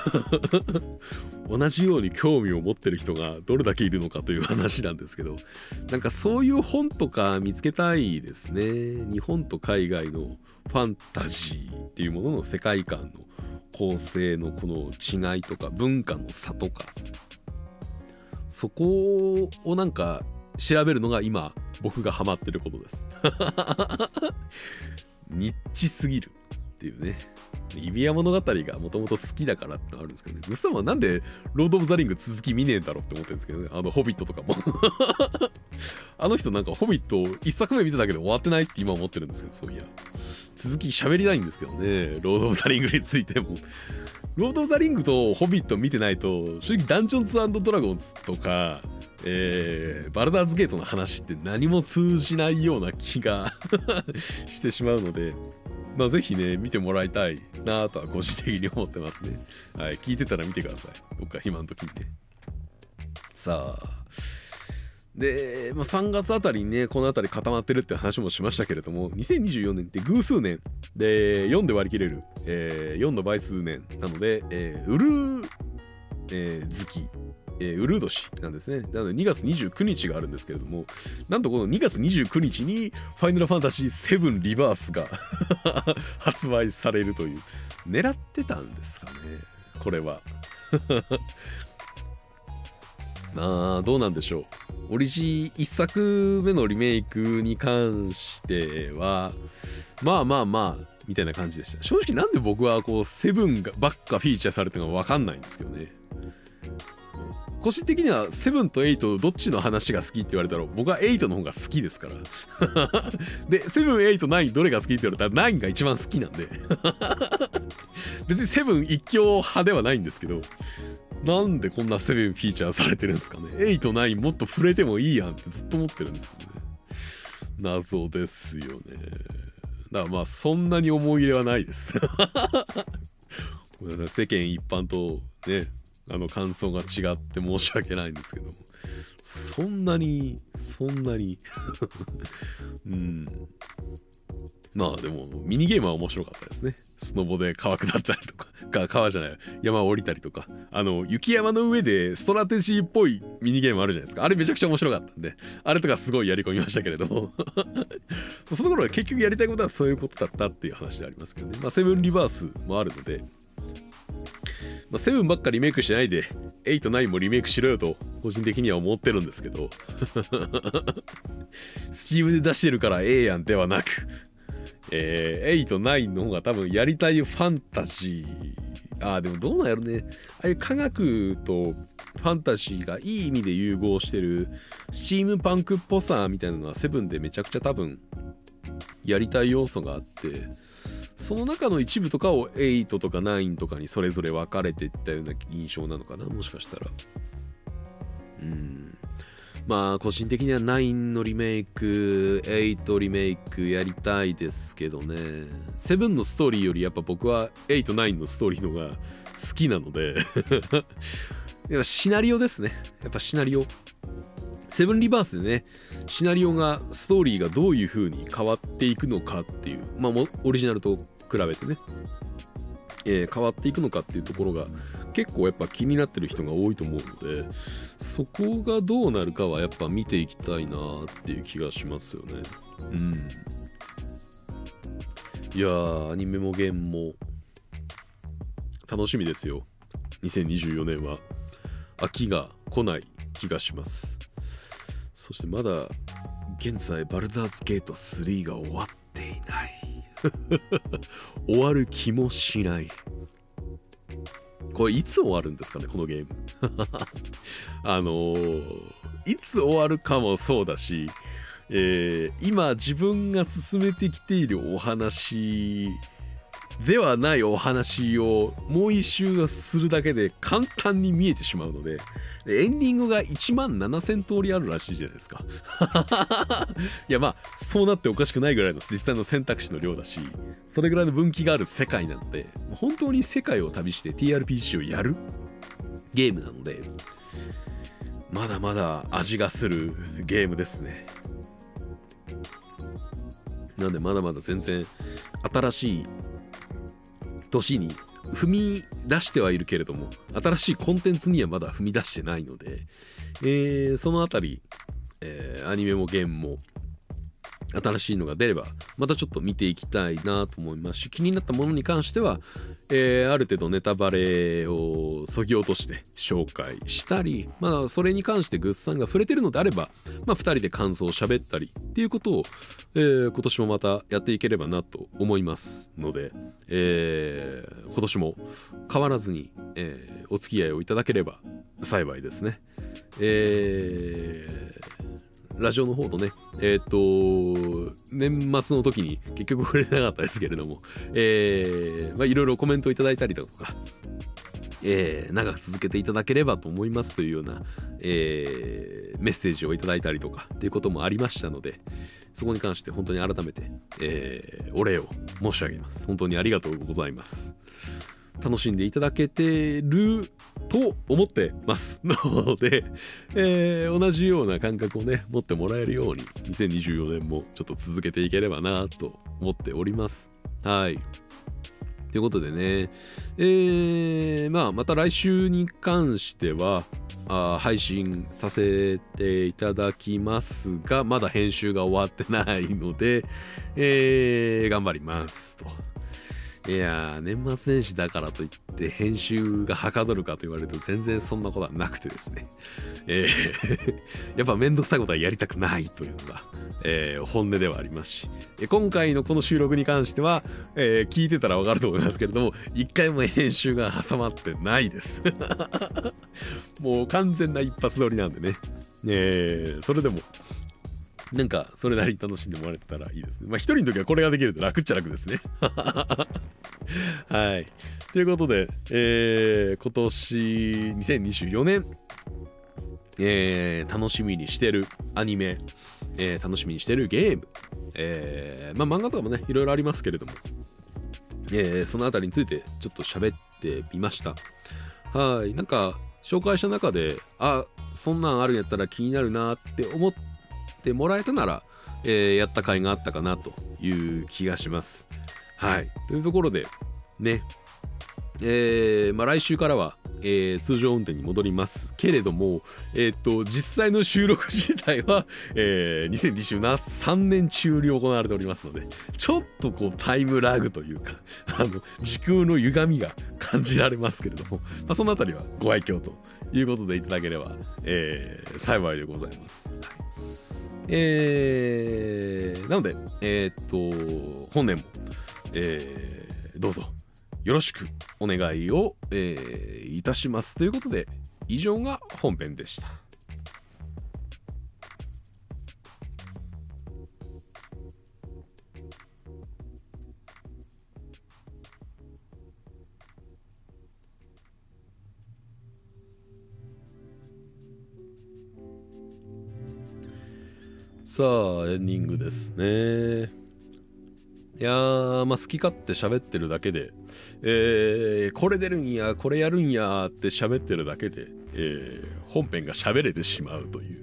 同じように興味を持ってる人がどれだけいるのかという話なんですけど、なんかそういう本とか見つけたいですね。日本と海外のファンタジーっていうものの世界観の構成のこの違いとか文化の差とか、そこをなんか調べるのが今僕がハマってることですニッチすぎるっていうね。イビア物語がもともと好きだからってのあるんですけどね、グスタンはなんでロード・オブ・ザ・リング続き見ねえんだろうって思ってるんですけどね、あのホビットとかもあの人なんかホビットいっさくめ見ただけで終わってないって今思ってるんですけど、そういや続き喋りたいんですけどね、ロード・オブ・ザ・リングについても。ロード・オブ・ザ・リングとホビット見てないと正直ダンジョンズ&ドラゴンズとか、えー、バルダーズゲートの話って何も通じないような気がしてしまうので、 まあぜひね見てもらいたいなとは個人的に思ってますね。はい、聞いてたら見てください。どっか暇の時にね。さあで、まあ、さんがつあたりにねこのあたり固まってるって話もしましたけれども、にせんにじゅうよねんって偶数年でよんで割り切れる、えー、よんの倍数年なので、えー、ウルー、えー、月、えー、ウルー年なんですね。なのでにがつにじゅうくにちがあるんですけれども、なんとこのにがつにじゅうくにちにファイナルファンタジーセブンリバースが発売されるという、狙ってたんですかねこれは。まあどうなんでしょう。オリジいっさくめのリメイクに関してはまあまあまあみたいな感じでした。正直なんで僕はこうセブンがばっかフィーチャーされてるのか分かんないんですけどね。個人的にはセブンとエイトどっちの話が好きって言われたら僕はエイトの方が好きですからでセブン、エイト、ナインどれが好きって言われたらナインが一番好きなんで別にセブン一強派ではないんですけど、なんでこんなセブンフィーチャーされてるんですかね。エイト、ナインもっと触れてもいいやんってずっと思ってるんですけどね。謎ですよね。だからまあそんなに思い入れはないですごめんなさい、世間一般とねあの感想が違って申し訳ないんですけども、そんなにそんなにうんまあでもミニゲームは面白かったですね。スノボで川下ったりとかか川じゃない山を降りたりとか、あの雪山の上でストラテジーっぽいミニゲームあるじゃないですか。あれめちゃくちゃ面白かったんで、あれとかすごいやり込みましたけれどもその頃は結局やりたいことはそういうことだったっていう話でありますけどね。まあセブンリバースもあるので、まあ、セブンばっかリメイクしないでエイト、ナインもリメイクしろよと個人的には思ってるんですけどスチームで出してるからええやんではなく、えー、エイト、ナインの方が多分やりたいファンタジー、あーでもどうなんやろね、ああいう科学とファンタジーがいい意味で融合してるスチームパンクっぽさみたいなのはセブンでめちゃくちゃ多分やりたい要素があって、その中の一部とかをエイトとかナインとかにそれぞれ分かれていったような印象なのかな、もしかしたら。うんまあ個人的にはナインのリメイク、エイトリメイクやりたいですけどね。セブンのストーリーよりやっぱ僕はエイト、ナインのストーリーの方が好きなのでやっぱシナリオですね。やっぱシナリオ。セブンリバースでね、シナリオがストーリーがどういう風に変わっていくのかっていう、まあオリジナルと比べてね、えー、変わっていくのかっていうところが結構やっぱ気になってる人が多いと思うので、そこがどうなるかはやっぱ見ていきたいなっていう気がしますよね。うん。いやー、アニメもゲームも楽しみですよ。にせんにじゅうよねんは飽きが来ない気がします。そしてまだ現在バルダーズゲートスリーが終わっていない終わる気もしない。これいつ終わるんですかねこのゲームあのー、いつ終わるかもそうだし、えー、今自分が進めてきているお話ではないお話をもう一周するだけで簡単に見えてしまうので、エンディングがいちまんななせん通りあるらしいじゃないですかいやまあそうなっておかしくないぐらいの実際の選択肢の量だし、それぐらいの分岐がある世界なので、本当に世界を旅して ティーアールピージー をやるゲームなので、まだまだ味がするゲームですね。なんでまだまだ全然新しい年に踏み出してはいるけれども、新しいコンテンツにはまだ踏み出してないので、えー、そのあたり、えー、アニメもゲームも新しいのが出ればまたちょっと見ていきたいなと思いますし、気になったものに関しては、えー、ある程度ネタバレを削ぎ落として紹介したり、まあそれに関してグッさんが触れてるのであれば、まあふたりで感想を喋ったりっていうことを、えー、今年もまたやっていければなと思いますので、えー、今年も変わらずに、えー、お付き合いをいただければ幸いですね。えーラジオの方とね、えっと、年末の時に結局触れてなかったですけれども、えー、まあいろいろコメントいただいたりだとか、えー、長く続けていただければと思いますというような、えー、メッセージをいただいたりとかっていうこともありましたので、 そこに関して本当に改めて、えー、お礼を申し上げます。本当にありがとうございます。楽しんでいただけてると思ってますので、えー、同じような感覚をね持ってもらえるようににせんにじゅうよねんもちょっと続けていければなと思っております。はい。ということでね、えー、まあまた来週に関してはあ配信させていただきますが、まだ編集が終わってないので、えー、頑張りますと。いやー、年末年始だからといって編集がはかどるかと言われると全然そんなことはなくてですね、えー、やっぱめんどくさいことはやりたくないというのが、えー、本音ではありますし、今回のこの収録に関しては、えー、聞いてたらわかると思いますけれども、一回も編集が挟まってないですもう完全な一発撮りなんでね、えー、それでもなんかそれなりに楽しんでもらえたらいいですね。まあ一人の時はこれができると楽っちゃ楽ですねはい。ということで、えー、今年にせんにじゅうよねん、えー、楽しみにしてるアニメ、えー、楽しみにしてるゲーム、えー、まあ漫画とかもねいろいろありますけれども、えー、そのあたりについてちょっと喋ってみました。はい。なんか紹介した中で、あ、そんなんあるんやったら気になるなって思ってもらえたなら、えー、やった甲斐があったかなという気がします。はい。というところでね、えーまあ、来週からは、えー、通常運転に戻りますけれども、えー、っと実際の収録自体は、えー、にせんにじゅうさんねん中に行われておりますので、ちょっとこうタイムラグというかあの時空の歪みが感じられますけれども、まあ、そのあたりはご愛嬌ということでいただければ、えー、幸いでございます。えー、なので、えー、っと本年も、えー、どうぞよろしくお願いを、えー、いたしますということで、以上が本編でした。さあエンディングですね。いやー、まあ好き勝手喋ってるだけで、えー、これ出るんやこれやるんやって喋ってるだけで、えー、本編が喋れてしまうという、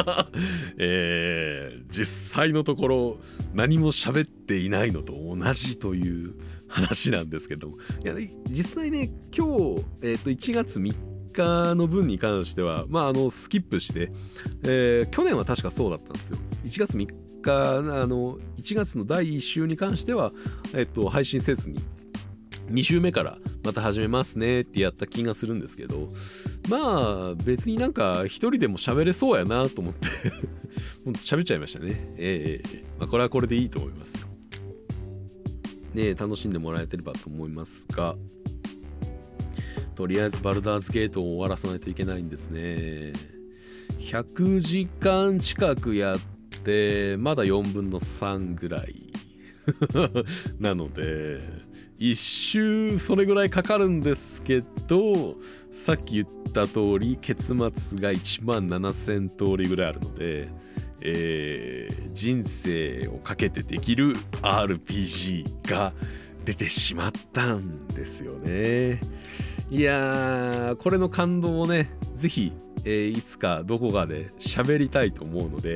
えー、実際のところ何も喋っていないのと同じという話なんですけども、いや実際ね今日、えー、といちがつみっかの分に関してはまああのスキップして、えー、去年は確かそうだったんですよ。いちがつみっかあのいちがつのだいいっ週に関しては、えっと、配信せずにに週目からまた始めますねってやった気がするんですけど、まあ別になんか一人でも喋れそうやなと思ってほんと喋っちゃいましたね。えー、まあこれはこれでいいと思いますよ。ね、楽しんでもらえてればと思いますが、とりあえずバルダーズゲートを終わらさないといけないんですね。ひゃくじかん近くやってでまだよんぶんのさんぐらいなので一周それぐらいかかるんですけど、さっき言った通り結末がいちまんななせん通りぐらいあるので、えー、人生をかけてできる アールピージー が出てしまったんですよね。いやー、これの感動をねぜひ、えー、いつかどこかで喋りたいと思うので、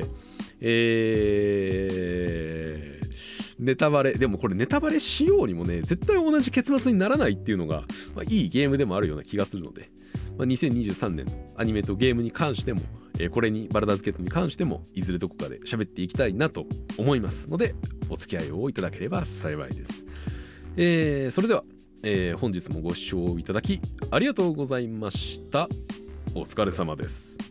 えー、ネタバレでもこれネタバレしようにもね絶対同じ結末にならないっていうのが、まあ、いいゲームでもあるような気がするので、まあ、にせんにじゅうさんねんのアニメとゲームに関しても、えー、これにバルダーズゲートに関してもいずれどこかで喋っていきたいなと思いますので、お付き合いをいただければ幸いです。えー、それでは、えー、本日もご視聴いただきありがとうございました。お疲れ様です。